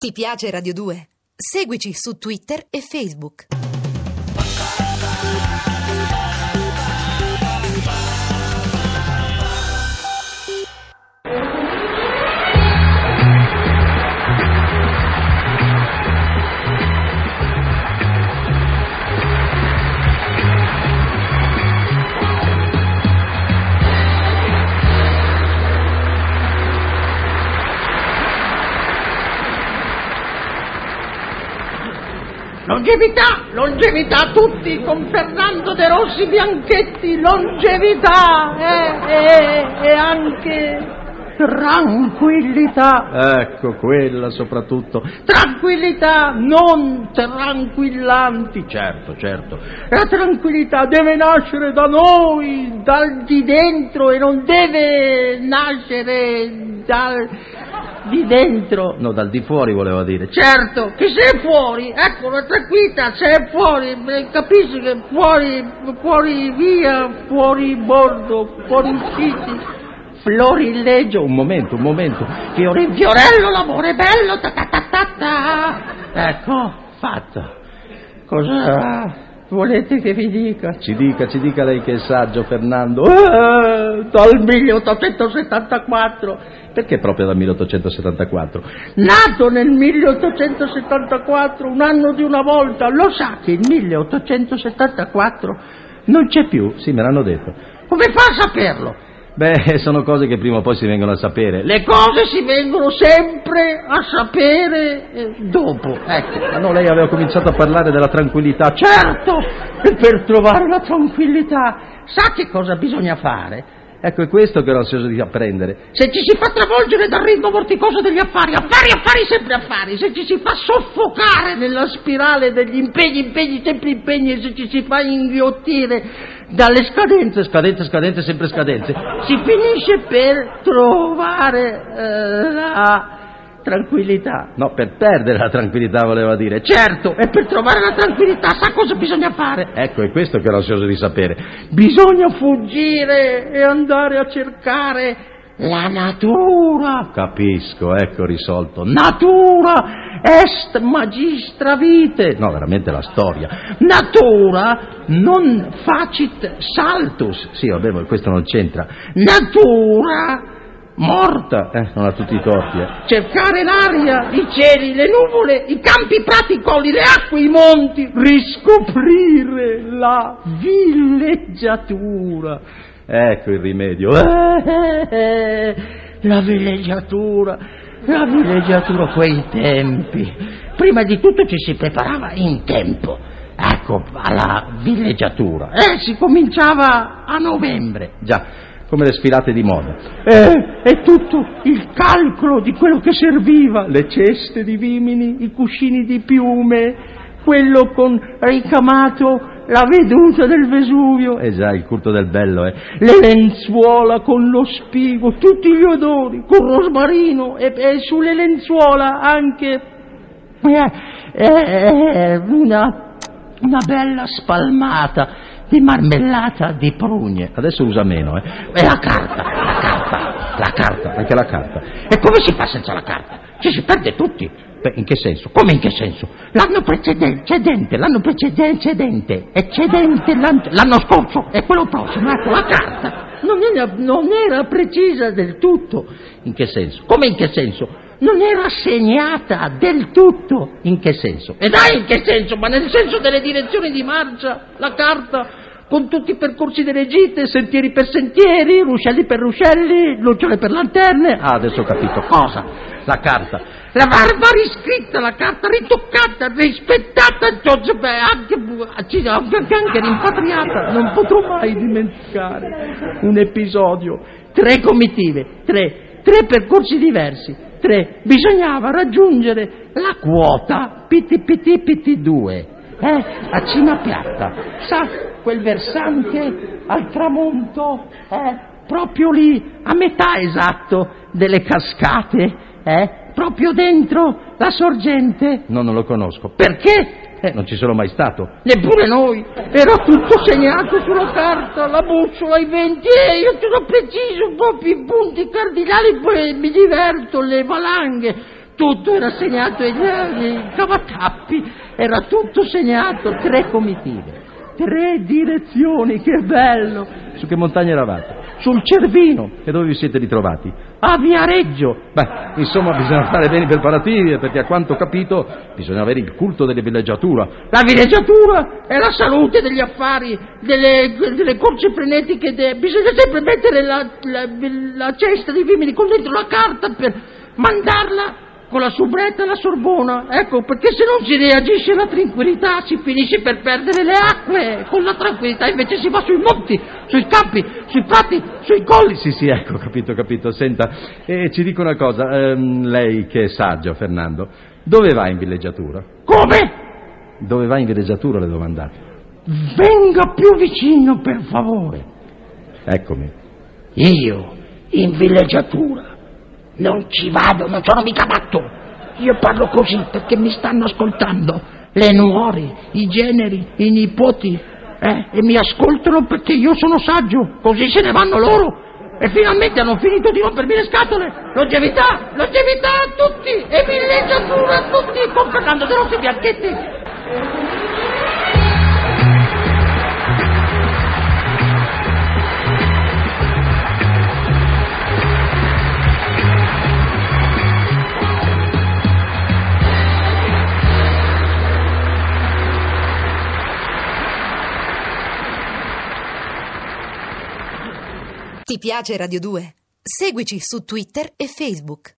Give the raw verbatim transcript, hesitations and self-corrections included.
Ti piace Radio due? Seguici su Twitter e Facebook. Longevità, longevità a tutti, con Fernando De Rossi Bianchetti, longevità e, e, e anche tranquillità. Ecco, quella soprattutto. Tranquillità, non tranquillanti. Certo, certo. La tranquillità deve nascere da noi, dal di dentro, e non deve nascere dal... di dentro. No, dal di fuori volevo dire. Certo, che se è fuori, ecco la tranquillità, se è fuori, capisci che fuori, fuori via, fuori bordo, fuori usciti, florileggio. Un momento, un momento. Fiori in fiorello, l'amore bello, ta ta ta ta ta. Ecco, fatto. Cosa volete che vi dica? Ci dica, ci dica lei che è saggio, Fernando. Eh, dal milleottocentosettantaquattro. Perché proprio dal milleottocentosettantaquattro? Nato nel milleottocentosettantaquattro, un anno di una volta. Lo sa che il milleottocentosettantaquattro non c'è più? Sì, me l'hanno detto. Come fa a saperlo? Beh, sono cose che prima o poi si vengono a sapere. Le cose si vengono sempre a sapere eh, dopo. Ecco, ma no, lei aveva cominciato a parlare della tranquillità. Certo, e per trovare la tranquillità, sa che cosa bisogna fare? Ecco, è questo che ero ansioso di apprendere. Se ci si fa travolgere dal ritmo vorticoso degli affari, affari, affari, sempre affari, se ci si fa soffocare nella spirale degli impegni, impegni, sempre impegni, e se ci si fa inghiottire dalle scadenze, scadenze, scadenze, sempre scadenze, si finisce per trovare eh, la tranquillità. No, per perdere la tranquillità voleva dire. Certo, e per trovare la tranquillità sa cosa bisogna fare? Ecco, è questo che ero ansioso di sapere. Bisogna fuggire e andare a cercare la natura. Capisco, ecco risolto. Natura est magistra vitae. No, veramente la storia. Natura non facit saltus. Sì, vabbè, ma questo non c'entra. Natura morta. Eh, non ha tutti i torti, eh. Cercare l'aria, i cieli, le nuvole, i campi, i prati, i colli, le acque, i monti. Riscoprire la villeggiatura. Ecco il rimedio. Eh, eh, la villeggiatura, la villeggiatura, quei tempi. Prima di tutto ci si preparava in tempo. Ecco, alla villeggiatura. Eh, si cominciava a novembre. Già. Come le sfilate di moda. Eh, è tutto il calcolo di quello che serviva, le ceste di vimini, i cuscini di piume, quello con ricamato la veduta del Vesuvio. Eh già, il culto del bello, eh. Le lenzuola con lo spigo, tutti gli odori, con rosmarino, e, e sulle lenzuola anche eh, eh, una, una bella spalmata di marmellata di prugne. Adesso usa meno, eh. E la carta, la carta, la carta. Anche la carta. E come si fa senza la carta? Ci si perde tutti. Beh, in che senso? Come in che senso? L'anno precedente, l'anno precedente, eccedente, l'anno, l'anno scorso e quello prossimo. Ecco, la carta non era, non era precisa del tutto. In che senso? Come in che senso? Non era segnata del tutto. In che senso? E dai, in che senso? Ma nel senso delle direzioni di marcia, la carta, con tutti i percorsi delle gite, sentieri per sentieri, ruscelli per ruscelli, lucciole per lanterne. Ah, adesso ho capito. Cosa? La carta. La va, va riscritta, la carta, ritoccata, rispettata, cioè, beh, anche, anche, anche rimpatriata. Non potrò mai dimenticare un episodio. Tre comitive, tre, tre percorsi diversi. Tre, bisognava raggiungere la quota P T P T P T due, eh, a Cima Piatta, sa, quel versante al tramonto, eh, proprio lì, a metà esatto delle cascate, eh, proprio dentro la sorgente. No, non lo conosco. Perché? Eh, non ci sono mai stato. Neppure noi. Era tutto segnato sulla carta, la bussola, i venti, e io te l'ho preciso, proprio i punti cardinali, poi mi diverto, le valanghe, tutto era segnato, i, i cavatappi, era tutto segnato, tre comitive, tre direzioni, che bello! Su che montagna eravate? Sul Cervino. E dove vi siete ritrovati? A Viareggio. Beh, insomma, bisogna fare bene i preparativi, perché a quanto ho capito bisogna avere il culto delle villeggiatura. La villeggiatura è la salute degli affari, delle, delle corse frenetiche, de... bisogna sempre mettere la, la, la cesta di vimini con dentro la carta per mandarla con la soubretta alla Sorbona, ecco, perché se non si reagisce alla tranquillità si finisce per perdere le acque. Con la tranquillità invece si va sui monti, sui campi, sui prati, sui colli. Sì, sì, ecco, capito, capito. Senta, eh, ci dico una cosa, ehm, lei che è saggio, Fernando, dove va in villeggiatura? Come? Dove va in villeggiatura, le domandate? Venga più vicino, per favore. Eccomi. Io, in villeggiatura, non ci vado, non sono mica matto. Io parlo così perché mi stanno ascoltando le nuore, i generi, i nipoti, eh, e mi ascoltano perché io sono saggio, così se ne vanno loro e finalmente hanno finito di rompermi le scatole. Longevità, longevità a tutti e villeggiatura a tutti, con Fernando De Rossi Bianchetti. Ti piace Radio due? Seguici su Twitter e Facebook.